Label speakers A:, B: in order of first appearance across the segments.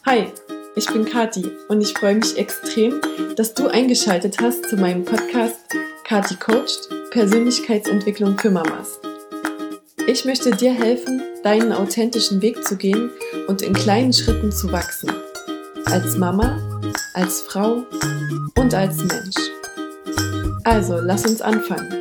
A: Hi, ich bin Kathi und ich freue mich extrem, dass du eingeschaltet hast zu meinem Podcast Kathi Coacht – Persönlichkeitsentwicklung für Mamas. Ich möchte dir helfen, deinen authentischen Weg zu gehen und in kleinen Schritten zu wachsen. Als Mama, als Frau und als Mensch. Also, lass uns anfangen.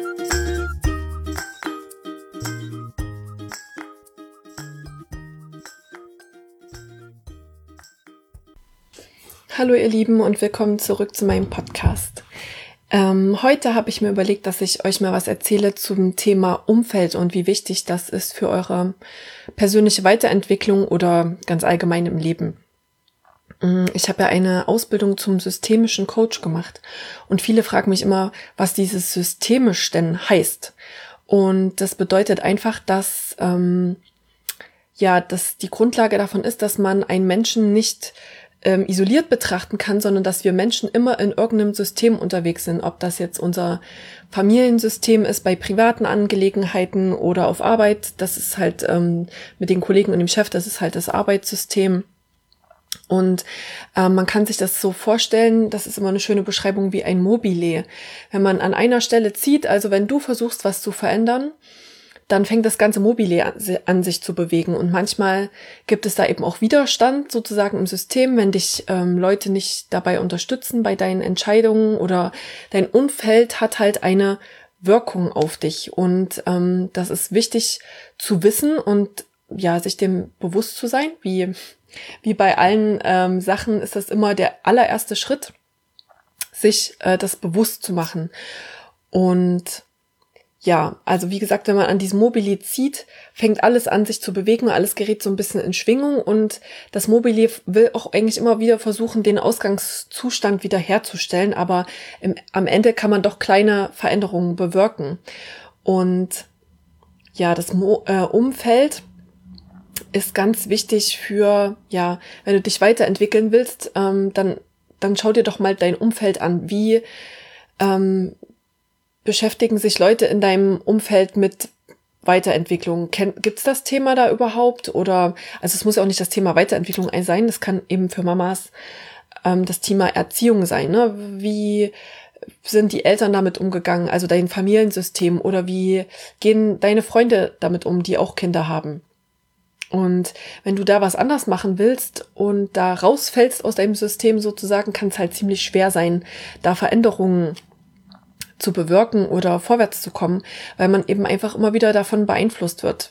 A: Hallo ihr Lieben und willkommen zurück zu meinem Podcast. Heute habe ich mir überlegt, dass ich euch mal was erzähle zum Thema Umfeld und wie wichtig das ist für eure persönliche Weiterentwicklung oder ganz allgemein im Leben. Ich habe ja eine Ausbildung zum systemischen Coach gemacht und viele fragen mich immer, was dieses systemisch denn heißt. Und das bedeutet einfach, dass die Grundlage davon ist, dass man einen Menschen nicht isoliert betrachten kann, sondern dass wir Menschen immer in irgendeinem System unterwegs sind, ob das jetzt unser Familiensystem ist bei privaten Angelegenheiten oder auf Arbeit, das ist halt mit den Kollegen und dem Chef, das ist halt das Arbeitssystem. Und man kann sich das so vorstellen, das ist immer eine schöne Beschreibung wie ein Mobile. Wenn man an einer Stelle zieht, also wenn du versuchst, was zu verändern, dann fängt das ganze Mobile an sich zu bewegen. Und manchmal gibt es da eben auch Widerstand sozusagen im System, wenn dich Leute nicht dabei unterstützen bei deinen Entscheidungen oder dein Umfeld hat halt eine Wirkung auf dich. Und das ist wichtig zu wissen und ja, sich dem bewusst zu sein. Wie bei allen Sachen ist das immer der allererste Schritt, sich das bewusst zu machen. Und ja, also wie gesagt, wenn man an diesem Mobile zieht, fängt alles an, sich zu bewegen, alles gerät so ein bisschen in Schwingung und das Mobile will auch eigentlich immer wieder versuchen, den Ausgangszustand wieder herzustellen, aber am Ende kann man doch kleine Veränderungen bewirken. Und ja, das Umfeld ist ganz wichtig für, ja, wenn du dich weiterentwickeln willst, dann schau dir doch mal dein Umfeld an. Wie beschäftigen sich Leute in deinem Umfeld mit Weiterentwicklung? Gibt's das Thema da überhaupt? Oder, also es muss ja auch nicht das Thema Weiterentwicklung sein, das kann eben für Mamas das Thema Erziehung sein, ne? Wie sind die Eltern damit umgegangen, also dein Familiensystem, oder wie gehen deine Freunde damit um, die auch Kinder haben? Und wenn du da was anders machen willst und da rausfällst aus deinem System sozusagen, kann es halt ziemlich schwer sein, da Veränderungen zu bewirken oder vorwärts zu kommen, weil man eben einfach immer wieder davon beeinflusst wird.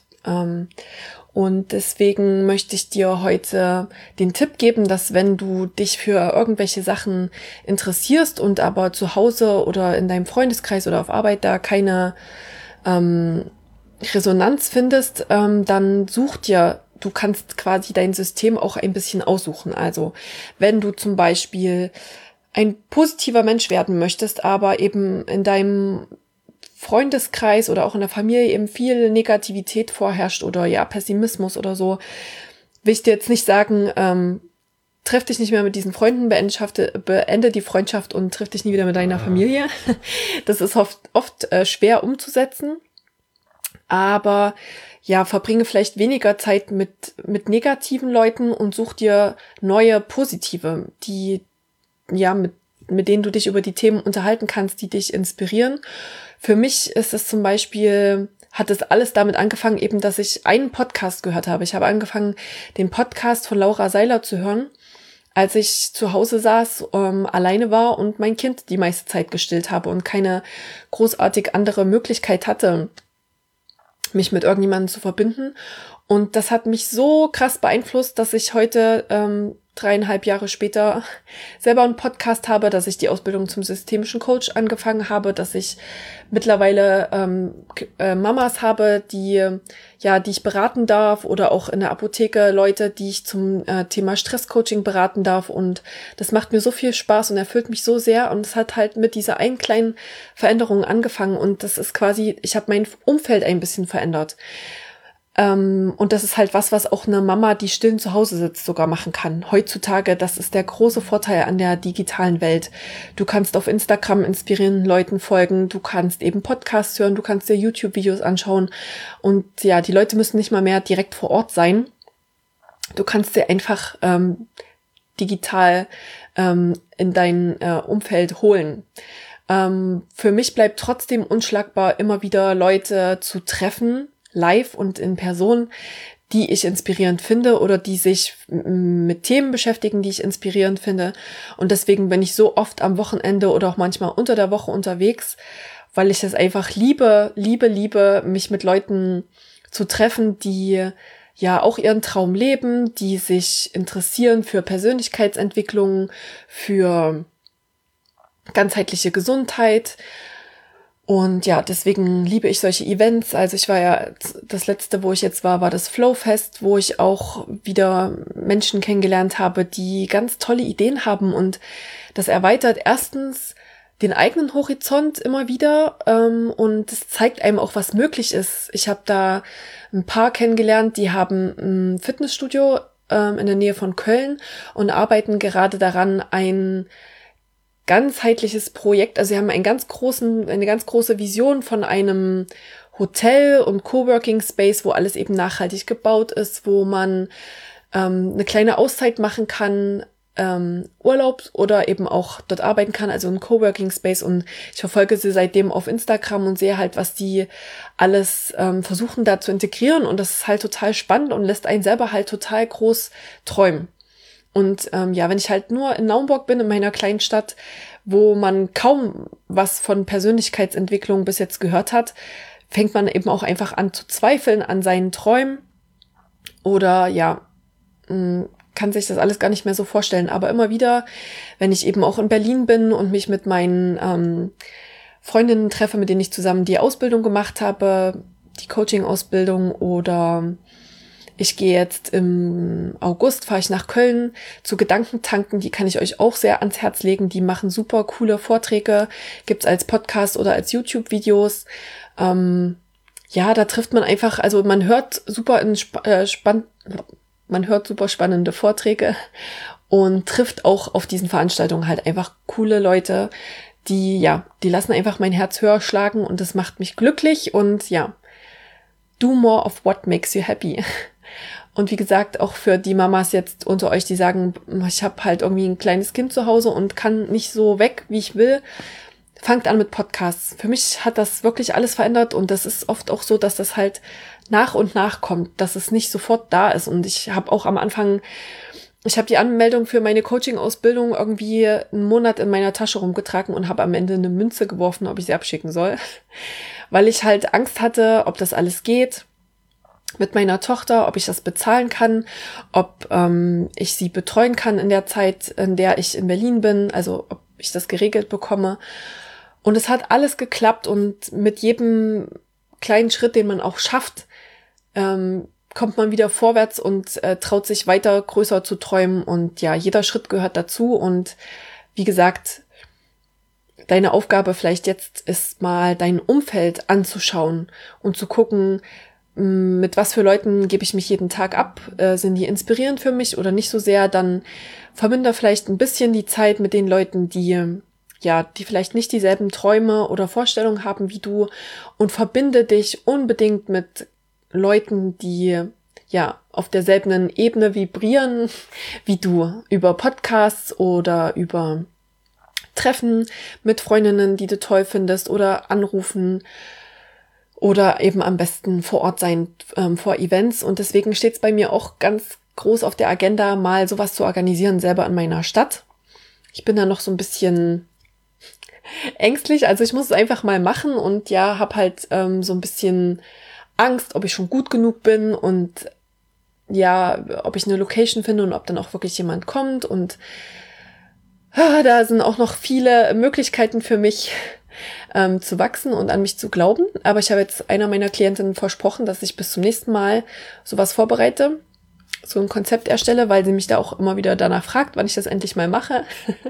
A: Und deswegen möchte ich dir heute den Tipp geben, dass wenn du dich für irgendwelche Sachen interessierst und aber zu Hause oder in deinem Freundeskreis oder auf Arbeit da keine Resonanz findest, dann du kannst quasi dein System auch ein bisschen aussuchen. Also wenn du zum Beispiel ein positiver Mensch werden möchtest, aber eben in deinem Freundeskreis oder auch in der Familie eben viel Negativität vorherrscht oder ja Pessimismus oder so, will ich dir jetzt nicht sagen, treff dich nicht mehr mit diesen Freunden, beende die Freundschaft und triff dich nie wieder mit deiner Familie. Das ist oft schwer umzusetzen, aber ja, verbringe vielleicht weniger Zeit mit negativen Leuten und such dir neue positive, die ja, mit denen du dich über die Themen unterhalten kannst, die dich inspirieren. Für mich ist es zum Beispiel, hat es alles damit angefangen, eben, dass ich einen Podcast gehört habe. Ich habe angefangen, den Podcast von Laura Seiler zu hören, als ich zu Hause saß, alleine war und mein Kind die meiste Zeit gestillt habe und keine großartig andere Möglichkeit hatte, mich mit irgendjemandem zu verbinden. Und das hat mich so krass beeinflusst, dass ich heute 3,5 Jahre später selber einen Podcast habe, dass ich die Ausbildung zum systemischen Coach angefangen habe, dass ich mittlerweile Mamas habe, die ich beraten darf, oder auch in der Apotheke Leute, die ich zum Thema Stresscoaching beraten darf, und das macht mir so viel Spaß und erfüllt mich so sehr, und es hat halt mit dieser einen kleinen Veränderung angefangen, und das ist quasi, ich habe mein Umfeld ein bisschen verändert. Und das ist halt was auch eine Mama, die still zu Hause sitzt, sogar machen kann. Heutzutage, das ist der große Vorteil an der digitalen Welt. Du kannst auf Instagram inspirierenden Leuten folgen, du kannst eben Podcasts hören, du kannst dir YouTube-Videos anschauen, und ja, die Leute müssen nicht mal mehr direkt vor Ort sein. Du kannst dir einfach digital in dein Umfeld holen. Für mich bleibt trotzdem unschlagbar, immer wieder Leute zu treffen, live und in Person, die ich inspirierend finde oder die sich mit Themen beschäftigen, die ich inspirierend finde. Und deswegen bin ich so oft am Wochenende oder auch manchmal unter der Woche unterwegs, weil ich es einfach liebe, mich mit Leuten zu treffen, die ja auch ihren Traum leben, die sich interessieren für Persönlichkeitsentwicklung, für ganzheitliche Gesundheit. Und ja, deswegen liebe ich solche Events. Also ich war ja, das letzte, wo ich jetzt war das Flowfest, wo ich auch wieder Menschen kennengelernt habe, die ganz tolle Ideen haben. Und das erweitert erstens den eigenen Horizont immer wieder und es zeigt einem auch, was möglich ist. Ich habe da ein paar kennengelernt, die haben ein Fitnessstudio in der Nähe von Köln und arbeiten gerade daran, ein ganzheitliches Projekt, also sie haben eine ganz große Vision von einem Hotel und Coworking Space, wo alles eben nachhaltig gebaut ist, wo man eine kleine Auszeit machen kann, Urlaub oder eben auch dort arbeiten kann, also ein Coworking Space, und ich verfolge sie seitdem auf Instagram und sehe halt, was die alles versuchen da zu integrieren, und das ist halt total spannend und lässt einen selber halt total groß träumen. Und wenn ich halt nur in Naumburg bin, in meiner kleinen Stadt, wo man kaum was von Persönlichkeitsentwicklung bis jetzt gehört hat, fängt man eben auch einfach an zu zweifeln an seinen Träumen oder kann sich das alles gar nicht mehr so vorstellen. Aber immer wieder, wenn ich eben auch in Berlin bin und mich mit meinen Freundinnen treffe, mit denen ich zusammen die Ausbildung gemacht habe, die Coaching-Ausbildung, oder ich gehe jetzt im August, fahre ich nach Köln zu Gedankentanken, die kann ich euch auch sehr ans Herz legen. Die machen super coole Vorträge, gibt's als Podcast oder als YouTube-Videos. Da trifft man einfach, also man hört super spannende Vorträge und trifft auch auf diesen Veranstaltungen halt einfach coole Leute, die lassen einfach mein Herz höher schlagen und das macht mich glücklich und do more of what makes you happy. Und wie gesagt, auch für die Mamas jetzt unter euch, die sagen, ich habe halt irgendwie ein kleines Kind zu Hause und kann nicht so weg, wie ich will, fangt an mit Podcasts. Für mich hat das wirklich alles verändert und das ist oft auch so, dass das halt nach und nach kommt, dass es nicht sofort da ist. Und ich habe auch am Anfang, ich habe die Anmeldung für meine Coaching-Ausbildung irgendwie einen Monat in meiner Tasche rumgetragen und habe am Ende eine Münze geworfen, ob ich sie abschicken soll, weil ich halt Angst hatte, ob das alles geht mit meiner Tochter, ob ich das bezahlen kann, ob ich sie betreuen kann in der Zeit, in der ich in Berlin bin, also ob ich das geregelt bekomme. Und es hat alles geklappt und mit jedem kleinen Schritt, den man auch schafft, kommt man wieder vorwärts und traut sich weiter größer zu träumen. Und jeder Schritt gehört dazu. Und wie gesagt, deine Aufgabe vielleicht jetzt ist mal dein Umfeld anzuschauen und zu gucken, mit was für Leuten gebe ich mich jeden Tag ab? Sind die inspirierend für mich oder nicht so sehr? Dann vermindere vielleicht ein bisschen die Zeit mit den Leuten, die vielleicht nicht dieselben Träume oder Vorstellungen haben wie du, und verbinde dich unbedingt mit Leuten, die auf derselben Ebene vibrieren wie du, über Podcasts oder über Treffen mit Freundinnen, die du toll findest, oder anrufen oder eben am besten vor Ort sein vor Events. Und deswegen steht es bei mir auch ganz groß auf der Agenda, mal sowas zu organisieren, selber in meiner Stadt. Ich bin da noch so ein bisschen ängstlich, also ich muss es einfach mal machen und habe halt so ein bisschen Angst, ob ich schon gut genug bin und ob ich eine Location finde und ob dann auch wirklich jemand kommt, und da sind auch noch viele Möglichkeiten für mich zu wachsen und an mich zu glauben. Aber ich habe jetzt einer meiner Klientinnen versprochen, dass ich bis zum nächsten Mal sowas vorbereite, so ein Konzept erstelle, weil sie mich da auch immer wieder danach fragt, wann ich das endlich mal mache.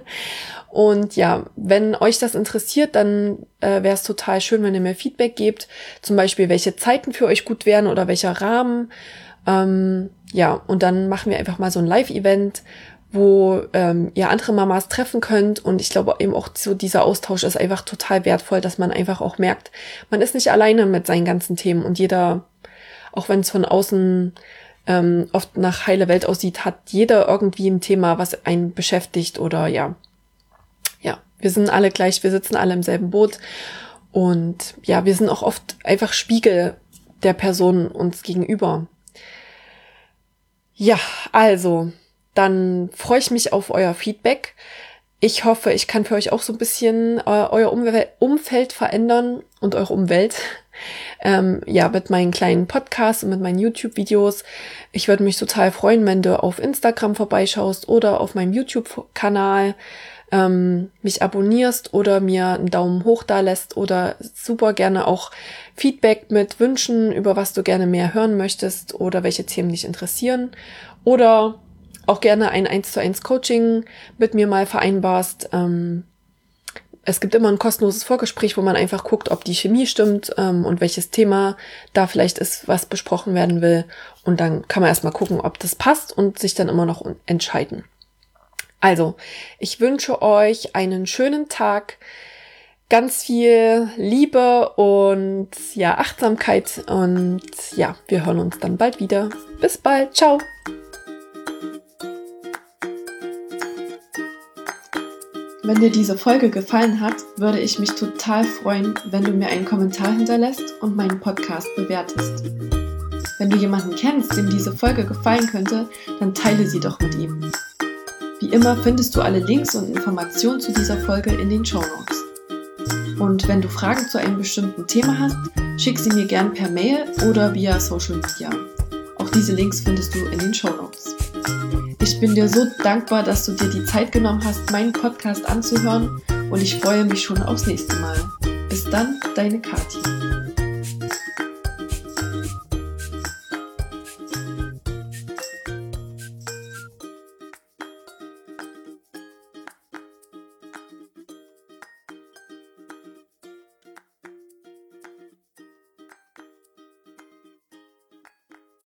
A: Und wenn euch das interessiert, dann wäre es total schön, wenn ihr mir Feedback gebt, zum Beispiel, welche Zeiten für euch gut wären oder welcher Rahmen. Und dann machen wir einfach mal so ein Live-Event, wo ihr andere Mamas treffen könnt. Und ich glaube eben auch so, dieser Austausch ist einfach total wertvoll, dass man einfach auch merkt, man ist nicht alleine mit seinen ganzen Themen, und jeder, auch wenn es von außen oft nach heile Welt aussieht, hat jeder irgendwie ein Thema, was einen beschäftigt oder ja, wir sind alle gleich, wir sitzen alle im selben Boot und ja, wir sind auch oft einfach Spiegel der Person uns gegenüber. Ja, also, dann freue ich mich auf euer Feedback. Ich hoffe, ich kann für euch auch so ein bisschen euer Umfeld verändern und eure Umwelt. Mit meinen kleinen Podcasts und mit meinen YouTube-Videos. Ich würde mich total freuen, wenn du auf Instagram vorbeischaust oder auf meinem YouTube-Kanal mich abonnierst oder mir einen Daumen hoch da lässt oder super gerne auch Feedback mit Wünschen, über was du gerne mehr hören möchtest oder welche Themen dich interessieren oder auch gerne ein 1:1 Coaching mit mir mal vereinbarst. Es gibt immer ein kostenloses Vorgespräch, wo man einfach guckt, ob die Chemie stimmt und welches Thema da vielleicht ist, was besprochen werden will. Und dann kann man erstmal gucken, ob das passt und sich dann immer noch entscheiden. Also, ich wünsche euch einen schönen Tag, ganz viel Liebe und ja, Achtsamkeit und ja, wir hören uns dann bald wieder. Bis bald, ciao! Wenn dir diese Folge gefallen hat, würde ich mich total freuen, wenn du mir einen Kommentar hinterlässt und meinen Podcast bewertest. Wenn du jemanden kennst, dem diese Folge gefallen könnte, dann teile sie doch mit ihm. Wie immer findest du alle Links und Informationen zu dieser Folge in den Shownotes. Und wenn du Fragen zu einem bestimmten Thema hast, schick sie mir gern per Mail oder via Social Media. Auch diese Links findest du in den Shownotes. Ich bin dir so dankbar, dass du dir die Zeit genommen hast, meinen Podcast anzuhören und ich freue mich schon aufs nächste Mal. Bis dann, deine Kathi.